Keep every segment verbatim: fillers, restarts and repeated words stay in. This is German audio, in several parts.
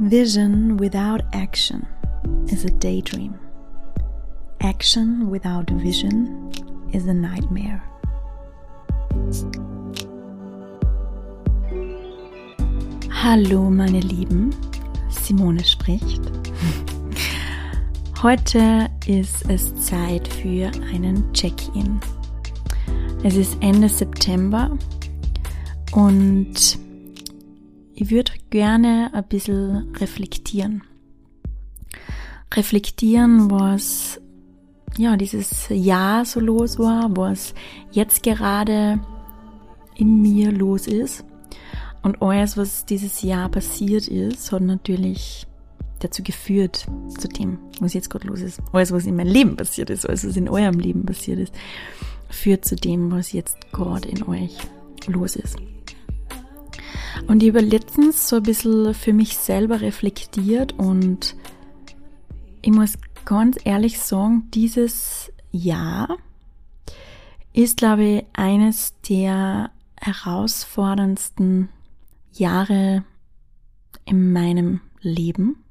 Vision without action is a daydream. Action without vision is a nightmare. Hallo meine Lieben, Simone spricht. Heute ist es Zeit für einen Check-in. Es ist Ende September und ich würde gerne ein bisschen reflektieren. Reflektieren, was ja dieses Jahr so los war, was jetzt gerade in mir los ist. Und alles, was dieses Jahr passiert ist, hat natürlich dazu geführt, zu dem, was jetzt gerade los ist. Alles, was in meinem Leben passiert ist, alles, was in eurem Leben passiert ist, führt zu dem, was jetzt gerade in euch los ist. Und ich habe letztens so ein bisschen für mich selber reflektiert und ich muss ganz ehrlich sagen, dieses Jahr ist, glaube ich, eines der herausforderndsten Jahre in meinem Leben.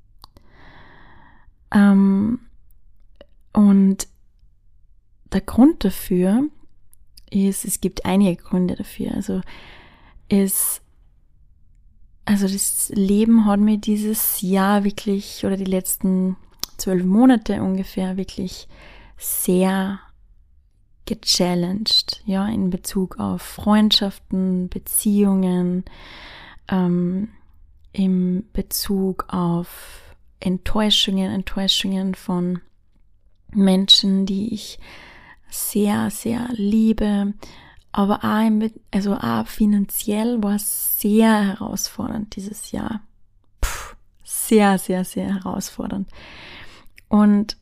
Ähm, und der Grund dafür ist, es gibt einige Gründe dafür. Also es Also das Leben hat mir dieses Jahr wirklich, oder die letzten zwölf Monate ungefähr, wirklich sehr gechallenged, ja, in Bezug auf Freundschaften, Beziehungen, ähm, in Bezug auf Enttäuschungen, Enttäuschungen von Menschen, die ich sehr, sehr liebe. Aber auch, im, also auch finanziell war es sehr herausfordernd dieses Jahr. Puh, sehr, sehr, sehr herausfordernd. Und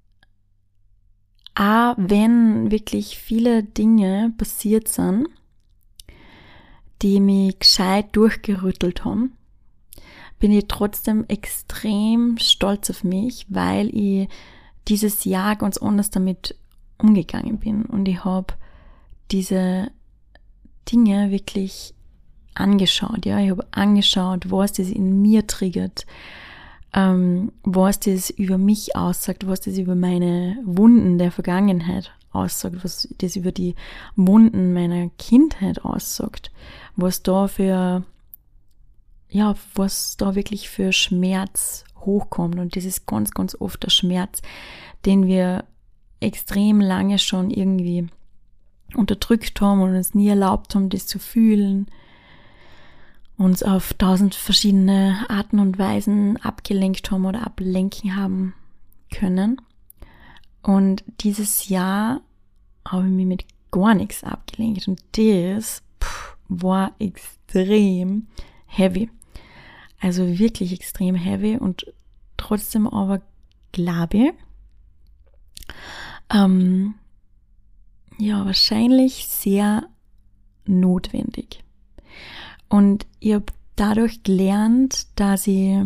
auch wenn wirklich viele Dinge passiert sind, die mich gescheit durchgerüttelt haben, bin ich trotzdem extrem stolz auf mich, weil ich dieses Jahr ganz anders damit umgegangen bin. Und ich habe diese Dinge wirklich angeschaut, ja, ich habe angeschaut, was das in mir triggert, ähm, was das über mich aussagt, was das über meine Wunden der Vergangenheit aussagt, was das über die Wunden meiner Kindheit aussagt, was da für, ja, was da wirklich für Schmerz hochkommt. Und das ist ganz, ganz oft der Schmerz, den wir extrem lange schon irgendwie unterdrückt haben und uns nie erlaubt haben, das zu fühlen, uns auf tausend verschiedene Arten und Weisen abgelenkt haben oder ablenken haben können. Und dieses Jahr habe ich mich mit gar nichts abgelenkt und das pff, war extrem heavy. Also wirklich extrem heavy und trotzdem aber glaube ich, ähm, ja, wahrscheinlich sehr notwendig. Und ich habe dadurch gelernt, dass ich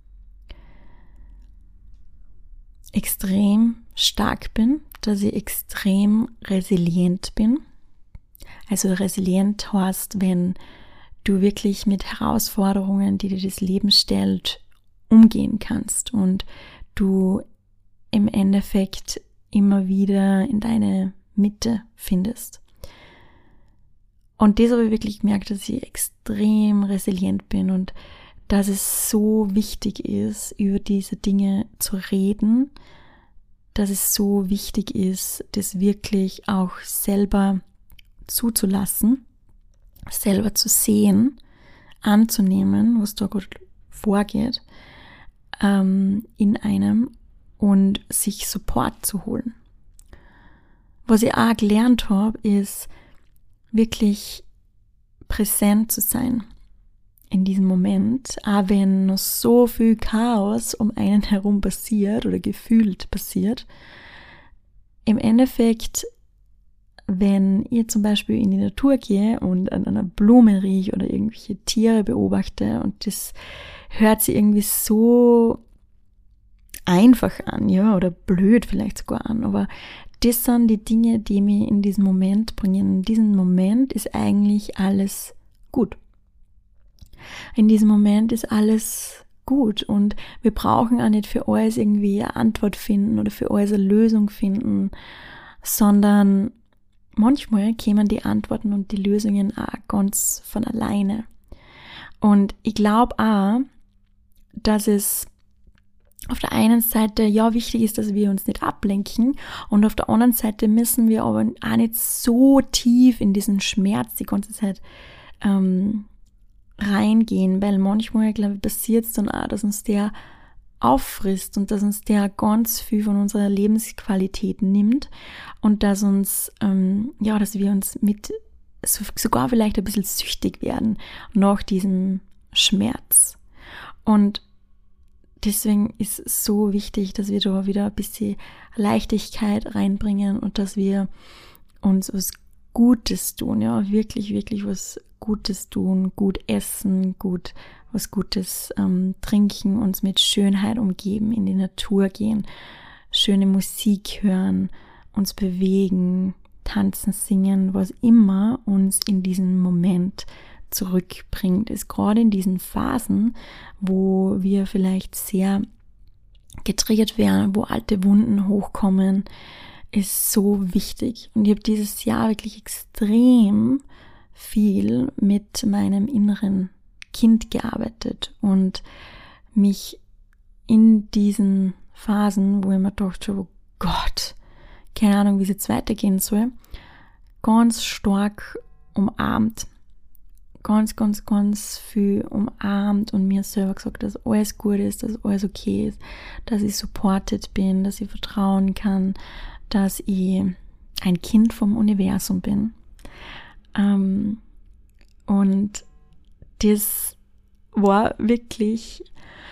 extrem stark bin, dass ich extrem resilient bin. Also resilient heißt, wenn du wirklich mit Herausforderungen, die dir das Leben stellt, umgehen kannst und du im Endeffekt immer wieder in deine Mitte findest. Und das habe ich wirklich gemerkt, dass ich extrem resilient bin und dass es so wichtig ist, über diese Dinge zu reden, dass es so wichtig ist, das wirklich auch selber zuzulassen, selber zu sehen, anzunehmen, was da gut vorgeht, ähm, in einem und sich Support zu holen. Was ich auch gelernt habe, ist wirklich präsent zu sein in diesem Moment, auch wenn noch so viel Chaos um einen herum passiert oder gefühlt passiert. Im Endeffekt, wenn ich zum Beispiel in die Natur gehe und an einer Blume rieche oder irgendwelche Tiere beobachte und das hört sich irgendwie so einfach an, ja, oder blöd vielleicht sogar an, aber das sind die Dinge, die mich in diesen Moment bringen. In diesem Moment ist eigentlich alles gut. In diesem Moment ist alles gut und wir brauchen auch nicht für alles irgendwie eine Antwort finden oder für alles eine Lösung finden, sondern manchmal kämen die Antworten und die Lösungen auch ganz von alleine. Und ich glaube auch, dass es auf der einen Seite ja wichtig ist, dass wir uns nicht ablenken und auf der anderen Seite müssen wir aber auch nicht so tief in diesen Schmerz die ganze Zeit ähm, reingehen, weil manchmal, glaube ich, passiert es dann auch, dass uns der auffrisst und dass uns der ganz viel von unserer Lebensqualität nimmt und dass uns, ähm, ja, dass wir uns mit so, sogar vielleicht ein bisschen süchtig werden nach diesem Schmerz. Und deswegen ist es so wichtig, dass wir da wieder ein bisschen Leichtigkeit reinbringen und dass wir uns was Gutes tun, ja, wirklich, wirklich was Gutes tun, gut essen, gut was Gutes ähm, trinken, uns mit Schönheit umgeben, in die Natur gehen, schöne Musik hören, uns bewegen, tanzen, singen, was immer uns in diesem Moment zurückbringt, ist gerade in diesen Phasen, wo wir vielleicht sehr getriggert werden, wo alte Wunden hochkommen, ist so wichtig. Und ich habe dieses Jahr wirklich extrem viel mit meinem inneren Kind gearbeitet und mich in diesen Phasen, wo ich mir dachte, oh Gott, keine Ahnung, wie es jetzt weitergehen soll, ganz stark umarmt. Ganz, ganz, ganz viel umarmt und mir selber gesagt, dass alles gut ist, dass alles okay ist, dass ich supported bin, dass ich vertrauen kann, dass ich ein Kind vom Universum bin. Ähm, und das war wirklich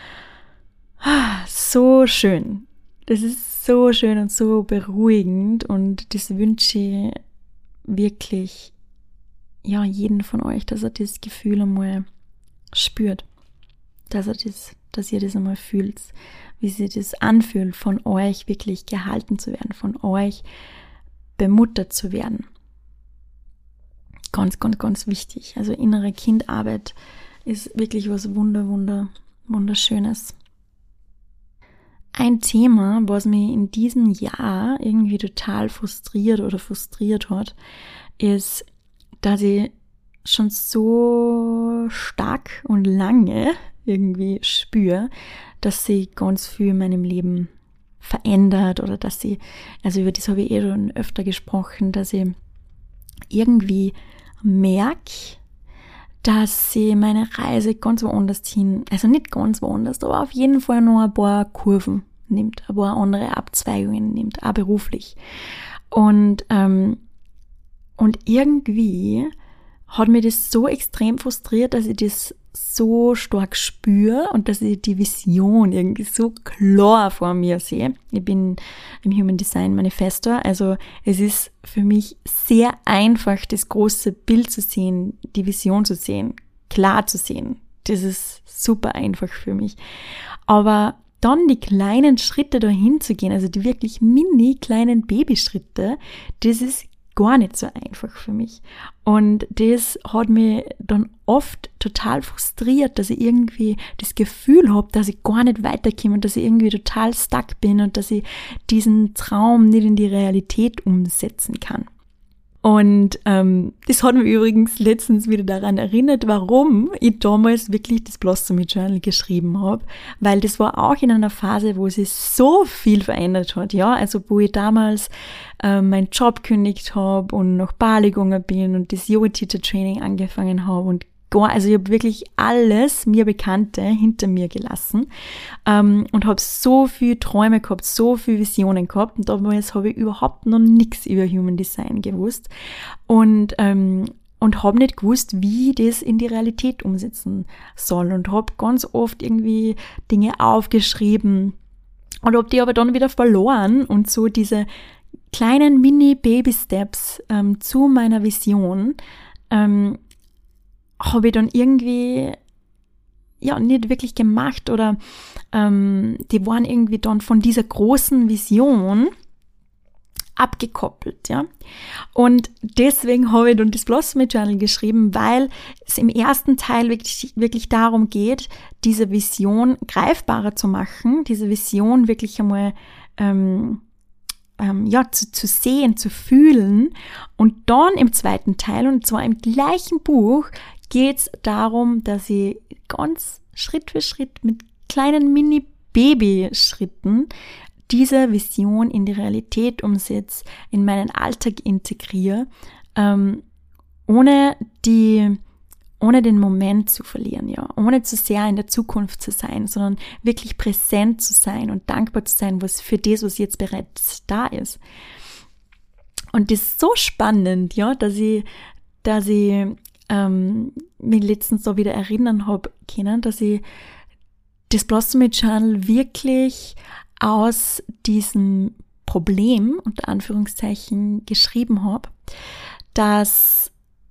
so schön. Das ist so schön und so beruhigend und das wünsche ich wirklich ja, jeden von euch, dass er das Gefühl einmal spürt, dass er das, dass ihr das einmal fühlt, wie sich das anfühlt, von euch wirklich gehalten zu werden, von euch bemuttert zu werden. Ganz, ganz, ganz wichtig. Also innere Kindarbeit ist wirklich was wunder, wunder, wunderschönes. Ein Thema, was mich in diesem Jahr irgendwie total frustriert oder frustriert hat, ist, dass ich schon so stark und lange irgendwie spüre, dass sich ganz viel in meinem Leben verändert oder dass sie, also über das habe ich eh schon öfter gesprochen, dass ich irgendwie merke, dass sie meine Reise ganz woanders hin, also nicht ganz woanders, aber auf jeden Fall noch ein paar Kurven nimmt, ein paar andere Abzweigungen nimmt, auch beruflich. Und ähm, Und irgendwie hat mich das so extrem frustriert, dass ich das so stark spüre und dass ich die Vision irgendwie so klar vor mir sehe. Ich bin im Human Design Manifestor, also es ist für mich sehr einfach, das große Bild zu sehen, die Vision zu sehen, klar zu sehen. Das ist super einfach für mich. Aber dann die kleinen Schritte dahin zu gehen, also die wirklich mini kleinen Babyschritte, das ist gar nicht so einfach für mich. Und das hat mich dann oft total frustriert, dass ich irgendwie das Gefühl habe, dass ich gar nicht weiterkomme und dass ich irgendwie total stuck bin und dass ich diesen Traum nicht in die Realität umsetzen kann. Und ähm, das hat mich übrigens letztens wieder daran erinnert, warum ich damals wirklich das Blossom Journal geschrieben habe, weil das war auch in einer Phase, wo sich so viel verändert hat, ja, also wo ich damals äh, meinen Job gekündigt habe und nach Bali gegangen bin und das Yoga-Teacher-Training angefangen habe und gar, also ich habe wirklich alles mir Bekannte hinter mir gelassen ähm, und habe so viele Träume gehabt, so viele Visionen gehabt und damals habe ich überhaupt noch nichts über Human Design gewusst und ähm, und habe nicht gewusst, wie ich das in die Realität umsetzen soll und habe ganz oft irgendwie Dinge aufgeschrieben und habe die aber dann wieder verloren und so diese kleinen Mini-Baby-Steps ähm, zu meiner Vision ähm, habe ich dann irgendwie ja nicht wirklich gemacht oder ähm, die waren irgendwie dann von dieser großen Vision abgekoppelt, ja. Und deswegen habe ich dann das Blossom Journal geschrieben, weil es im ersten Teil wirklich, wirklich darum geht, diese Vision greifbarer zu machen, diese Vision wirklich einmal ähm, ähm, ja, zu, zu sehen, zu fühlen. Und dann im zweiten Teil, und zwar im gleichen Buch, geht es darum, dass ich ganz Schritt für Schritt mit kleinen Mini-Baby-Schritten diese Vision in die Realität umsetze, in meinen Alltag integriere, ähm, ohne die, ohne den Moment zu verlieren, ja, ohne zu sehr in der Zukunft zu sein, sondern wirklich präsent zu sein und dankbar zu sein, was für das, was jetzt bereits da ist. Und das ist so spannend, ja, dass ich, dass ich ähm, mich letztens so wieder erinnern habe können, dass ich das Blossom Journal wirklich aus diesem Problem, unter Anführungszeichen, geschrieben habe, dass,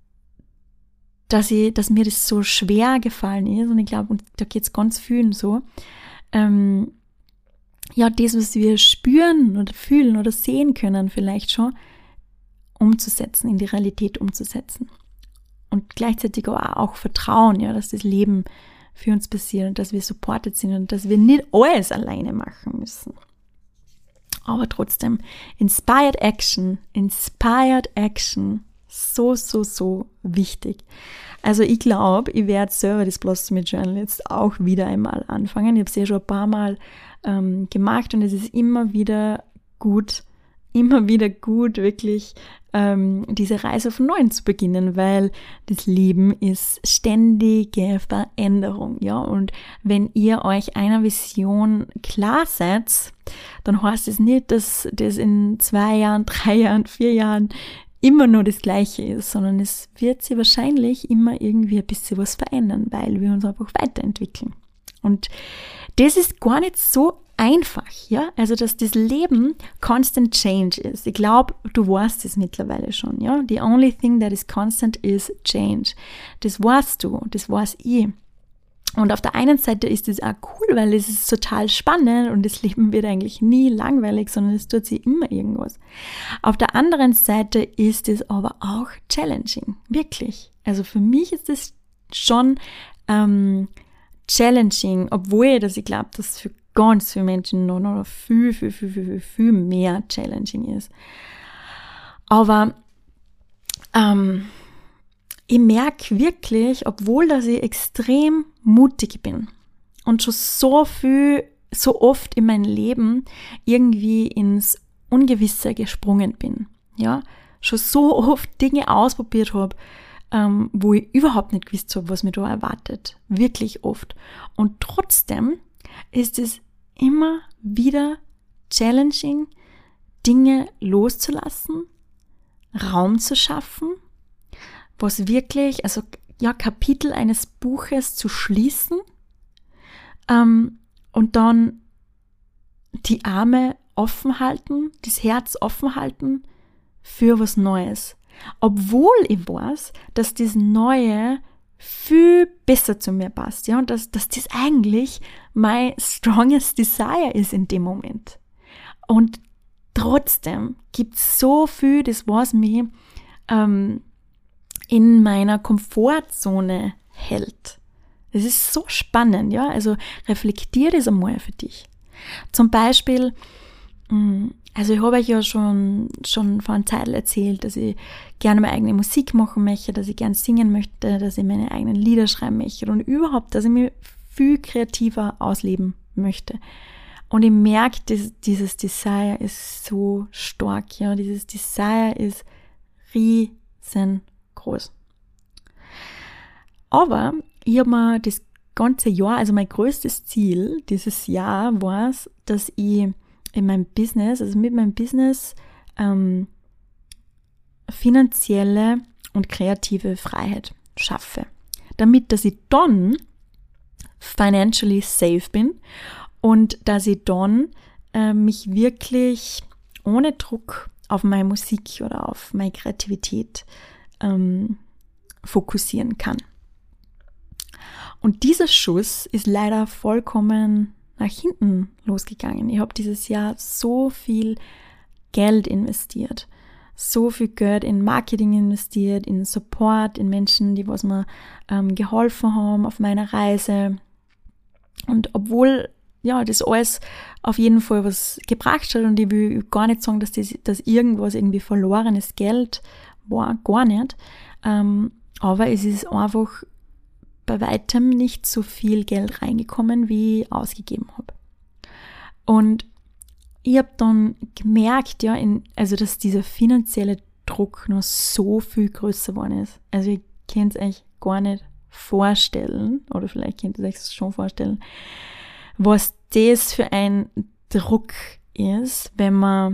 dass, ich, dass mir das so schwer gefallen ist, und ich glaube, und da geht es ganz vielen so, ähm, ja, das, was wir spüren oder fühlen oder sehen können, vielleicht schon, umzusetzen, in die Realität umzusetzen. Und gleichzeitig auch, auch Vertrauen, ja, dass das Leben für uns passiert und dass wir supported sind und dass wir nicht alles alleine machen müssen. Aber trotzdem, Inspired Action, Inspired Action, so, so, so wichtig. Also ich glaube, ich werde selber das Blossom Journal jetzt auch wieder einmal anfangen. Ich habe es ja schon ein paar Mal ähm, gemacht, und es ist immer wieder gut, immer wieder gut, wirklich ähm, diese Reise von Neuem zu beginnen, weil das Leben ist ständige Veränderung, ja, und wenn ihr euch einer Vision klar seid, dann heißt es nicht, dass das in zwei Jahren, drei Jahren, vier Jahren immer nur das Gleiche ist, sondern es wird sich wahrscheinlich immer irgendwie ein bisschen was verändern, weil wir uns einfach weiterentwickeln. Und das ist gar nicht so einfach, ja, also dass das Leben constant change ist. Ich glaube, du weißt es mittlerweile schon, ja. The only thing that is constant is change. Das weißt du, das weiß ich. Und auf der einen Seite ist das auch cool, weil es ist total spannend und das Leben wird eigentlich nie langweilig, sondern es tut sich immer irgendwas. Auf der anderen Seite ist es aber auch challenging, wirklich. Also für mich ist es schon ähm, challenging, obwohl dass ich glaube, dass für ganz viele Menschen noch, noch viel, viel, viel, viel, viel mehr challenging ist. Aber ähm, ich merke wirklich, obwohl dass ich extrem mutig bin und schon so viel, so oft in meinem Leben irgendwie ins Ungewisse gesprungen bin, ja, schon so oft Dinge ausprobiert habe, ähm, wo ich überhaupt nicht gewusst habe, was mich da erwartet, wirklich oft. Und trotzdem ist es immer wieder challenging, Dinge loszulassen, Raum zu schaffen, was wirklich, also ja, Kapitel eines Buches zu schließen ähm, und dann die Arme offen halten, das Herz offen halten für was Neues. Obwohl ich weiß, dass das Neue viel besser zu mir passt, ja, und dass, dass das eigentlich my strongest desire ist in dem Moment. Und trotzdem gibt es so viel, das was mich ähm, in meiner Komfortzone hält. Das ist so spannend, ja, also reflektier das einmal für dich. Zum Beispiel, also ich habe euch ja schon, schon vor einer Zeit erzählt, dass ich gerne meine eigene Musik machen möchte, dass ich gerne singen möchte, dass ich meine eigenen Lieder schreiben möchte und überhaupt, dass ich mich viel kreativer ausleben möchte. Und ich merke, dass dieses Desire ist so stark, ja, dieses Desire ist riesengroß. Aber ich habe mir das ganze Jahr, also mein größtes Ziel dieses Jahr war es, dass ich in meinem Business, also mit meinem Business, ähm, finanzielle und kreative Freiheit schaffe. Damit, dass ich dann financially safe bin und dass ich dann äh, mich wirklich ohne Druck auf meine Musik oder auf meine Kreativität ähm, fokussieren kann. Und dieser Schuss ist leider vollkommen nach hinten losgegangen. Ich habe dieses Jahr so viel Geld investiert, so viel Geld in Marketing investiert, in Support, in Menschen, die was mir ähm, geholfen haben auf meiner Reise. Und obwohl ja das alles auf jeden Fall was gebracht hat und ich will gar nicht sagen, dass das dass irgendwas irgendwie verlorenes Geld war, gar nicht. Ähm, aber es ist einfach bei weitem nicht so viel Geld reingekommen, wie ich ausgegeben habe. Und ich habe dann gemerkt, ja, in, also dass dieser finanzielle Druck noch so viel größer geworden ist. Also ich kann es euch gar nicht vorstellen, oder vielleicht könnt ihr euch es schon vorstellen, was das für ein Druck ist, wenn man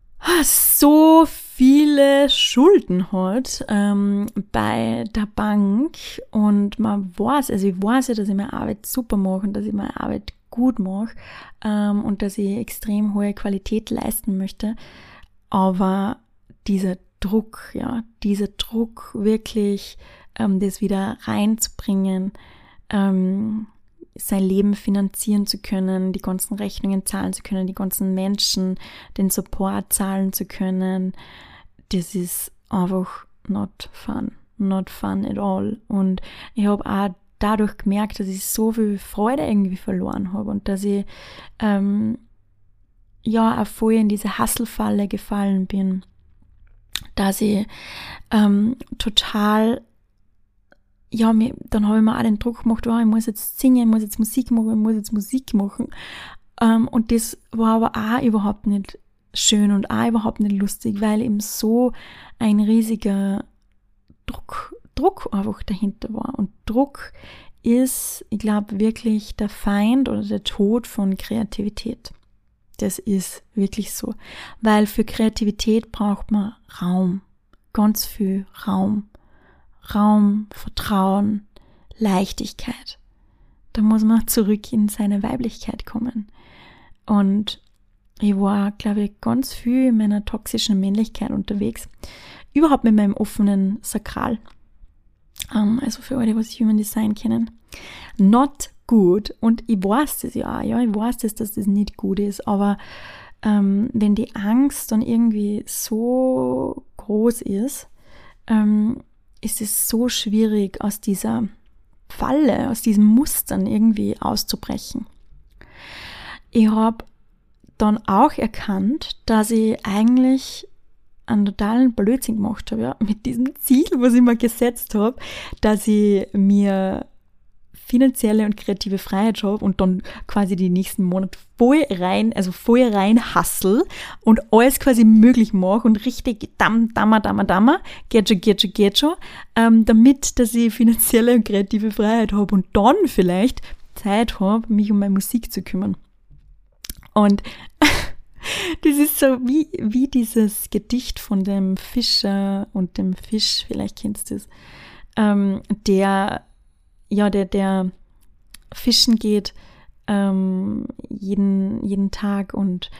so viele Schulden hat ähm, bei der Bank und man weiß, also ich weiß ja, dass ich meine Arbeit super mache und dass ich meine Arbeit gut mache ähm, und dass ich extrem hohe Qualität leisten möchte, aber dieser Druck, ja, dieser Druck wirklich, ähm, das wieder reinzubringen, ähm, sein Leben finanzieren zu können, die ganzen Rechnungen zahlen zu können, die ganzen Menschen, den Support zahlen zu können, das ist einfach not fun, not fun at all. Und ich habe auch dadurch gemerkt, dass ich so viel Freude irgendwie verloren habe und dass ich ähm, ja auch voll in diese Hustle-Falle gefallen bin, dass ich ähm, total ja, mir, dann habe ich mir auch den Druck gemacht, oh, ich muss jetzt singen, ich muss jetzt Musik machen, ich muss jetzt Musik machen. Ähm, und das war aber auch überhaupt nicht schön und auch überhaupt nicht lustig, weil eben so ein riesiger Druck, Druck einfach dahinter war. Und Druck ist, ich glaube, wirklich der Feind oder der Tod von Kreativität. Das ist wirklich so. Weil für Kreativität braucht man Raum. Ganz viel Raum. Raum, Vertrauen, Leichtigkeit. Da muss man zurück in seine Weiblichkeit kommen. Und ich war, glaube ich, ganz viel in meiner toxischen Männlichkeit unterwegs. Überhaupt mit meinem offenen Sakral. Um, also für alle, was Human Design kennen. Not gut. Und ich weiß das ja auch. Ja, ich weiß das, dass das nicht gut ist. Aber ähm, wenn die Angst dann irgendwie so groß ist, ähm, ist es so schwierig, aus dieser Falle, aus diesen Mustern irgendwie auszubrechen. Ich habe dann auch erkannt, dass ich eigentlich einen totalen Blödsinn gemacht habe, ja, mit diesem Ziel, was ich mir gesetzt habe, dass ich mir finanzielle und kreative Freiheit habe und dann quasi die nächsten Monate voll rein, also voll rein hustle und alles quasi möglich mache und richtig dam, dammer, dammer, dammer, geht schon, geht schon, geht schon, ähm, damit, dass ich finanzielle und kreative Freiheit habe und dann vielleicht Zeit habe, mich um meine Musik zu kümmern. Und das ist so wie, wie dieses Gedicht von dem Fischer und dem Fisch, vielleicht kennst du das, ähm, der ja, der, der fischen geht ähm, jeden, jeden Tag und,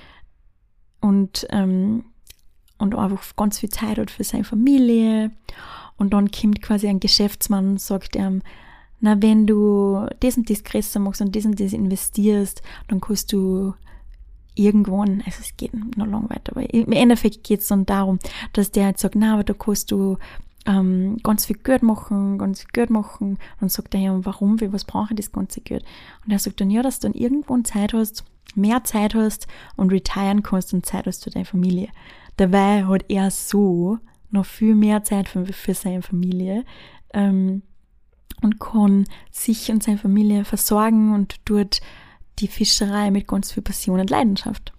und, ähm, und einfach ganz viel Zeit hat für seine Familie. Und dann kommt quasi ein Geschäftsmann und sagt ihm, na, wenn du das und das größer machst und das und das investierst, dann kannst du irgendwann, also es geht noch lang weiter, aber im Endeffekt geht es dann darum, dass der halt sagt, na, aber da kannst du ähm, ganz viel Geld machen, ganz viel Geld machen. Und dann sagt er, ja, warum, für was brauche ich das ganze Geld? Und er sagt dann, ja, dass du dann irgendwann Zeit hast, mehr Zeit hast und retiren kannst und Zeit hast für deine Familie. Dabei hat er so noch viel mehr Zeit für, für seine Familie ähm, und kann sich und seine Familie versorgen und tut die Fischerei mit ganz viel Passion und Leidenschaft.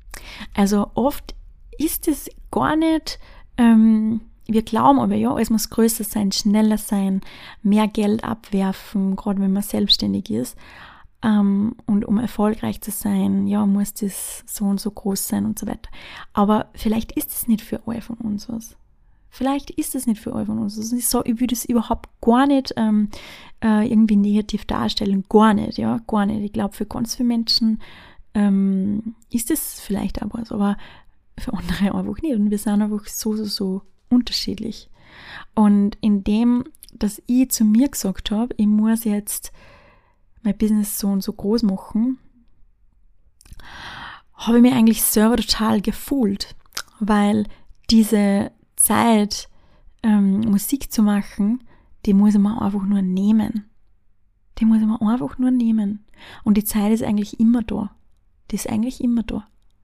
Also oft ist es gar nicht, ähm, wir glauben aber, ja, es muss größer sein, schneller sein, mehr Geld abwerfen, gerade wenn man selbstständig ist. Ähm, und um erfolgreich zu sein, ja, muss das so und so groß sein und so weiter. Aber vielleicht ist es nicht für alle von uns was. Vielleicht ist es nicht für alle von uns was. Ich, so, ich würde es überhaupt gar nicht ähm, äh, irgendwie negativ darstellen. Gar nicht, ja, gar nicht. Ich glaube, für ganz viele Menschen ähm, ist es vielleicht auch was, aber für andere einfach nicht. Und wir sind einfach so, so, so unterschiedlich. Und indem, dass ich zu mir gesagt habe, ich muss jetzt mein Business so und so groß machen, habe ich mich eigentlich selber total gefühlt. weil diese Zeit, ähm, Musik zu machen, die muss ich mir einfach nur nehmen. Die muss ich mir einfach nur nehmen. Und die Zeit ist eigentlich immer da. Die ist eigentlich immer da.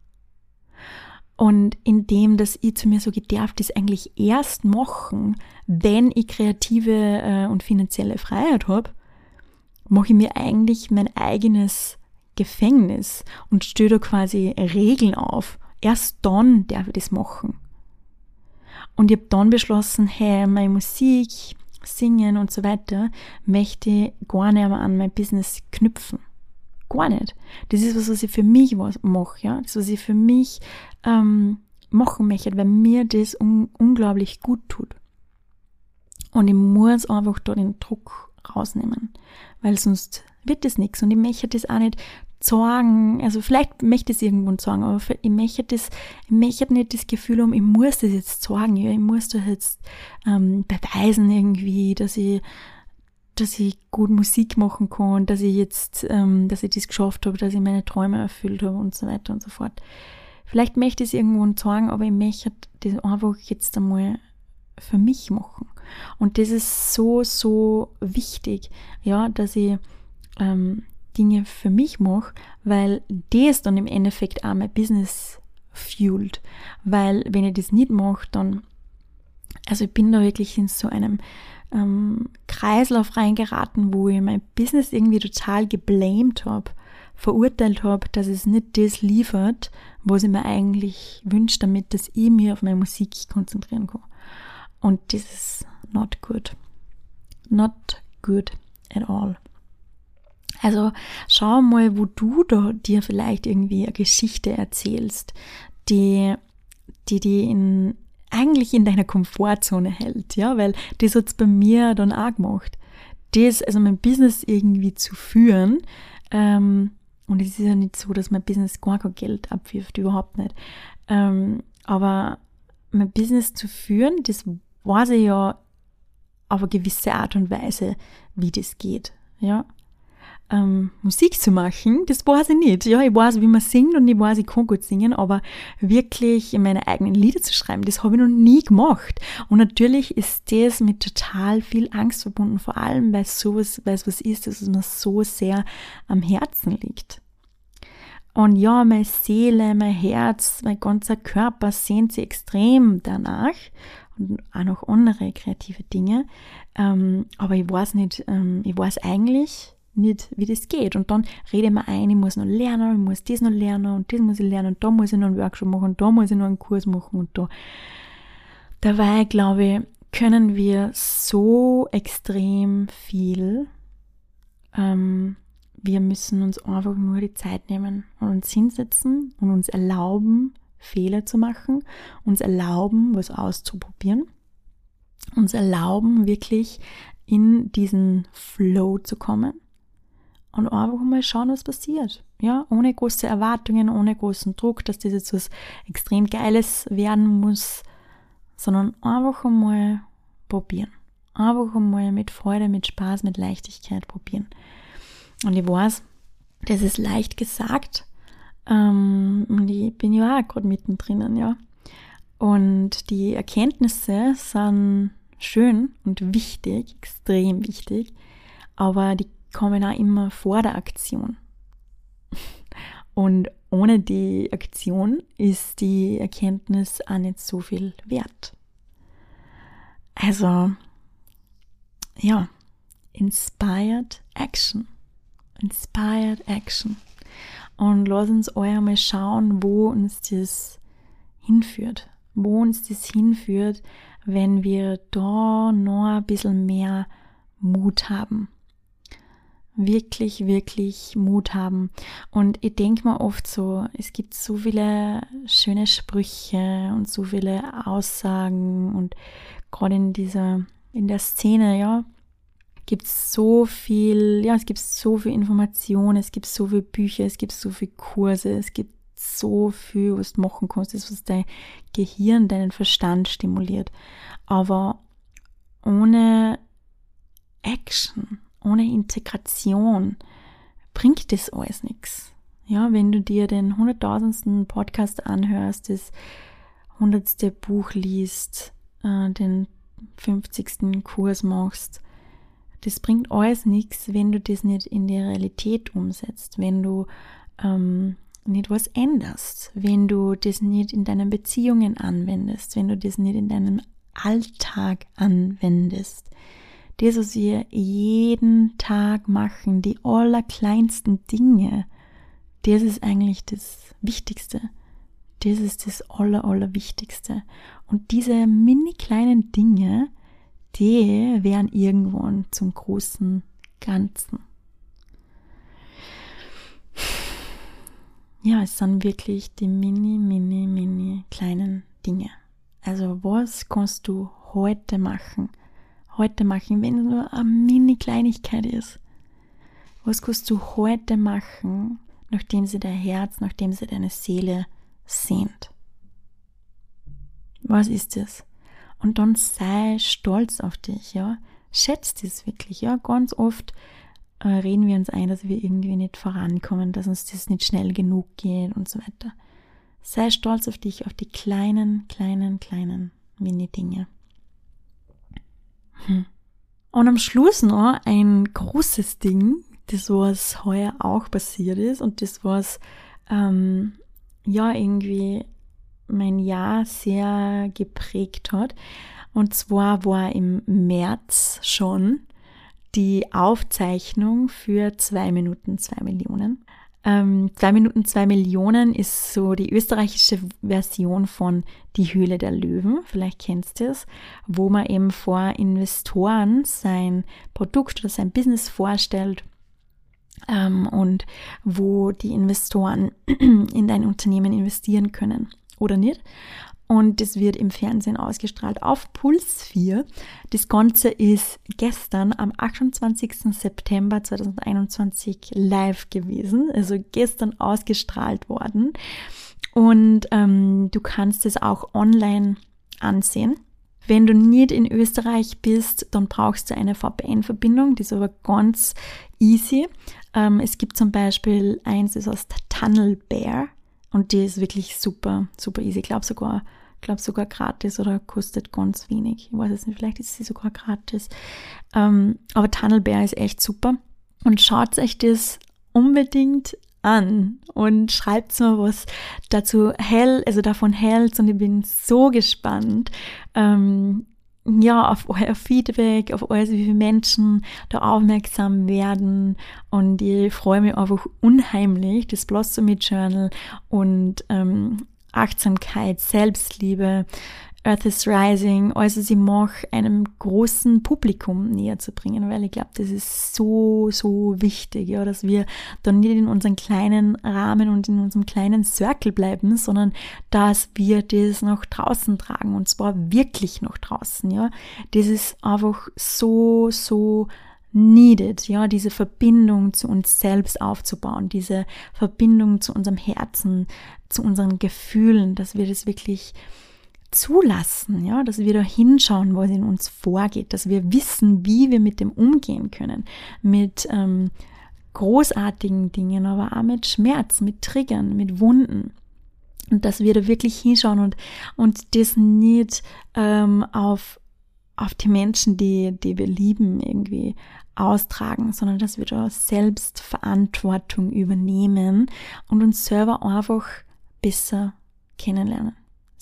Und indem, dass ich zu mir so darf, das eigentlich erst machen, wenn ich kreative äh, und finanzielle Freiheit habe, mache ich mir eigentlich mein eigenes Gefängnis und stelle da quasi Regeln auf. Erst dann darf ich das machen. Und ich habe dann beschlossen, hey, meine Musik, Singen und so weiter, möchte ich gar nicht mehr an mein Business knüpfen. Gar nicht. Das ist was, was ich für mich mache, ja. Das ist, was ich für mich ähm, machen möchte, weil mir das un- unglaublich gut tut. Und ich muss einfach da den Druck rausnehmen, weil sonst wird das nichts. Und ich möchte das auch nicht sagen, also vielleicht möchte ich es irgendwo sagen, aber ich möchte das, ich möchte nicht das Gefühl haben, ich muss das jetzt sagen, ja, ich muss da jetzt ähm, beweisen irgendwie, dass ich, dass ich gut Musik machen kann, dass ich jetzt, ähm, dass ich das geschafft habe, dass ich meine Träume erfüllt habe und so weiter und so fort. Vielleicht möchte ich es irgendwo sagen, aber ich möchte das einfach jetzt einmal für mich machen. Und das ist so, so wichtig, ja, dass ich ähm, Dinge für mich mache, weil das dann im Endeffekt auch mein Business fuelt. Weil wenn ich das nicht mache, dann, also ich bin da wirklich in so einem ähm, Kreislauf reingeraten, wo ich mein Business irgendwie total geblamed habe, verurteilt habe, dass es nicht das liefert, was ich mir eigentlich wünsche, damit dass ich mich auf meine Musik konzentrieren kann. Und das ist not good. Not good at all. Also schau mal, wo du da dir vielleicht irgendwie eine Geschichte erzählst, die die, die in, eigentlich in deiner Komfortzone hält, ja, weil das hat's bei mir dann auch gemacht. Das, also mein Business irgendwie zu führen, ähm, und es ist ja nicht so, dass mein Business gar kein Geld abwirft, überhaupt nicht. Ähm, aber mein Business zu führen, das weiß ich ja auf eine gewisse Art und Weise, wie das geht, ja. Ähm, Musik zu machen, das weiß ich nicht. Ja, ich weiß, wie man singt und ich weiß, ich kann gut singen, aber wirklich meine eigenen Lieder zu schreiben, das habe ich noch nie gemacht. Und natürlich ist das mit total viel Angst verbunden, vor allem, weil es sowas, weil es was ist, das mir so sehr am Herzen liegt. Und ja, meine Seele, mein Herz, mein ganzer Körper sehnt sich extrem danach und auch noch andere kreative Dinge. Ähm, aber ich weiß nicht, ähm, ich weiß eigentlich nicht, wie das geht. Und dann rede ich mir ein, ich muss noch lernen, ich muss das noch lernen und das muss ich lernen und da muss ich noch einen Workshop machen und da muss ich noch einen Kurs machen und da. Dabei, glaube ich, können wir so extrem viel. Ähm, wir müssen uns einfach nur die Zeit nehmen und uns hinsetzen und uns erlauben, Fehler zu machen, uns erlauben, was auszuprobieren, uns erlauben, wirklich in diesen Flow zu kommen. Und einfach mal schauen, was passiert. Ja, ohne große Erwartungen, ohne großen Druck, dass das jetzt was extrem Geiles werden muss, sondern einfach einmal probieren. Einfach einmal mit Freude, mit Spaß, mit Leichtigkeit probieren. Und ich weiß, das ist leicht gesagt. Ähm, und ich bin ja auch gerade mittendrin, ja. Und die Erkenntnisse sind schön und wichtig, extrem wichtig, aber die kommen auch immer vor der Aktion. Und ohne die Aktion ist die Erkenntnis auch nicht so viel wert. Also, ja, inspired action. Inspired action. Und lass uns euch einmal schauen, wo uns das hinführt. Wo uns das hinführt, wenn wir da noch ein bisschen mehr Mut haben. Wirklich, wirklich Mut haben. Und ich denke mir oft so, es gibt so viele schöne Sprüche und so viele Aussagen und gerade in dieser, in der Szene, ja, gibt es so viel, ja, es gibt so viel Information, es gibt so viele Bücher, es gibt so viele Kurse, es gibt so viel, was du machen kannst, das, was dein Gehirn, deinen Verstand stimuliert. Aber ohne Action, ohne Integration bringt das alles nichts. Ja, wenn du dir den hunderttausendsten Podcast anhörst, das hundertste Buch liest, äh, den fünfzigsten Kurs machst. Das bringt alles nichts, wenn du das nicht in die Realität umsetzt, wenn du ähm, nicht was änderst, wenn du das nicht in deinen Beziehungen anwendest, wenn du das nicht in deinem Alltag anwendest. Das, was wir jeden Tag machen, die allerkleinsten Dinge, das ist eigentlich das Wichtigste. Das ist das aller, allerwichtigste. Und diese mini kleinen Dinge, die werden irgendwann zum großen Ganzen. Ja, es sind wirklich die mini, mini, mini kleinen Dinge. Also was kannst du heute machen? Heute machen, wenn es nur eine mini Kleinigkeit ist. Was kannst du heute machen, nachdem sie dein Herz, nachdem sie deine Seele sehnt? Was ist es? Und dann sei stolz auf dich, ja. Schätzt es wirklich, ja. Ganz oft äh, reden wir uns ein, dass wir irgendwie nicht vorankommen, dass uns das nicht schnell genug geht und so weiter. Sei stolz auf dich, auf die kleinen, kleinen, kleinen Mini-Dinge. Hm. Und am Schluss noch ein großes Ding, das was heuer auch passiert ist und das was ähm, ja irgendwie mein Jahr sehr geprägt hat. Und zwar war im März schon die Aufzeichnung für zwei Minuten zwei Millionen. Ähm, zwei Minuten zwei Millionen ist so die österreichische Version von Die Höhle der Löwen, vielleicht kennst du es, wo man eben vor Investoren sein Produkt oder sein Business vorstellt ähm, und wo die Investoren in dein Unternehmen investieren können oder nicht. Und das wird im Fernsehen ausgestrahlt auf Puls vier. Das Ganze ist gestern am achtundzwanzigsten September zweitausendeinundzwanzig live gewesen, also gestern ausgestrahlt worden. Und ähm, du kannst es auch online ansehen. Wenn du nicht in Österreich bist, dann brauchst du eine V P N-Verbindung, die ist aber ganz easy. Ähm, es gibt zum Beispiel eins, das heißt TunnelBear. Und die ist wirklich super, super easy. Ich glaube sogar, glaub sogar gratis oder kostet ganz wenig. Ich weiß es nicht, vielleicht ist sie sogar gratis. Ähm, aber TunnelBear ist echt super. Und schaut euch das unbedingt an und schreibt mir was dazu hell, also davon hält. Und ich bin so gespannt, ähm, ja, auf euer Feedback, auf alles, wie viele Menschen da aufmerksam werden. Und ich freue mich einfach unheimlich, das Blossom Journal und ähm, Achtsamkeit, Selbstliebe, Earth is Rising, also sie mache, einem großen Publikum näher zu bringen, weil ich glaube, das ist so, so wichtig, ja, dass wir dann nicht in unserem kleinen Rahmen und in unserem kleinen Circle bleiben, sondern dass wir das nach draußen tragen und zwar wirklich nach draußen, ja. Das ist einfach so, so needed, ja, diese Verbindung zu uns selbst aufzubauen, diese Verbindung zu unserem Herzen, zu unseren Gefühlen, dass wir das wirklich zulassen, ja, dass wir da hinschauen, was in uns vorgeht, dass wir wissen, wie wir mit dem umgehen können, mit ähm, großartigen Dingen, aber auch mit Schmerz, mit Triggern, mit Wunden. Und dass wir da wirklich hinschauen und, und das nicht ähm, auf, auf die Menschen, die, die wir lieben, irgendwie austragen, sondern dass wir da selbst Verantwortung übernehmen und uns selber einfach besser kennenlernen.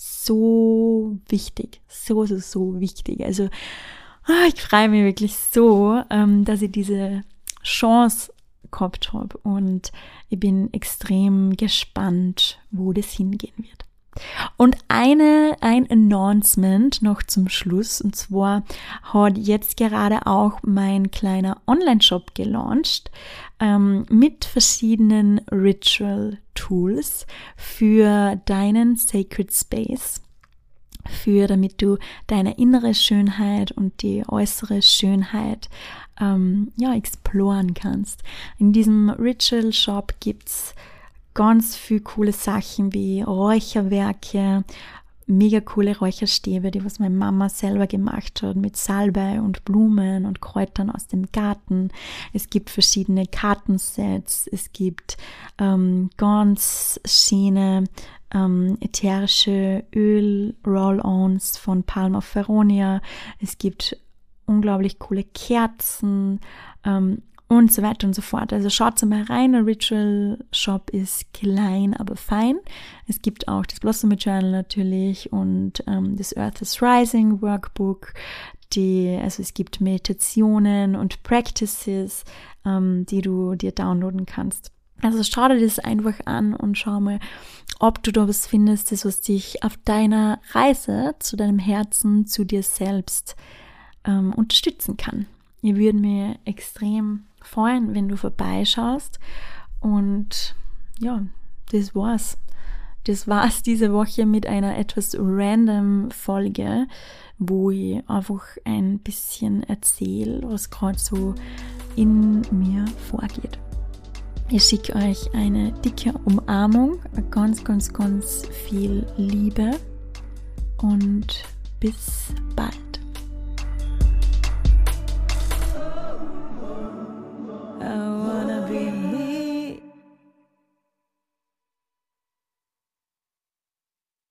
So wichtig, so, so, so wichtig. Also ich freue mich wirklich so, dass ich diese Chance gehabt habe und ich bin extrem gespannt, wo das hingehen wird. Und eine, ein Announcement noch zum Schluss, und zwar hat jetzt gerade auch mein kleiner Online-Shop gelauncht ähm, mit verschiedenen Ritual-Tools für deinen Sacred Space, für damit du deine innere Schönheit und die äußere Schönheit ähm, ja, exploren kannst. In diesem Ritual-Shop gibt's ganz viel coole Sachen wie Räucherwerke, mega coole Räucherstäbe, die was meine Mama selber gemacht hat, mit Salbei und Blumen und Kräutern aus dem Garten. Es gibt verschiedene Kartensets, es gibt ähm, ganz schöne ähm, ätherische Öl-Roll-Ons von Palm of Feronia. Es gibt unglaublich coole Kerzen, ähm, und so weiter und so fort. Also schaut mal rein, der Ritual Shop ist klein, aber fein. Es gibt auch das Blossom Journal natürlich und ähm, das Earth is Rising Workbook. Die, also es gibt Meditationen und Practices, ähm, die du dir downloaden kannst. Also schau dir das einfach an und schau mal, ob du da was findest, das was dich auf deiner Reise zu deinem Herzen, zu dir selbst ähm, unterstützen kann. Ich würde mir extrem freuen, wenn du vorbeischaust. Und ja, das war's. Das war's diese Woche mit einer etwas random Folge, wo ich einfach ein bisschen erzähle, was gerade so in mir vorgeht. Ich schicke euch eine dicke Umarmung, ganz, ganz, ganz viel Liebe und bis bald.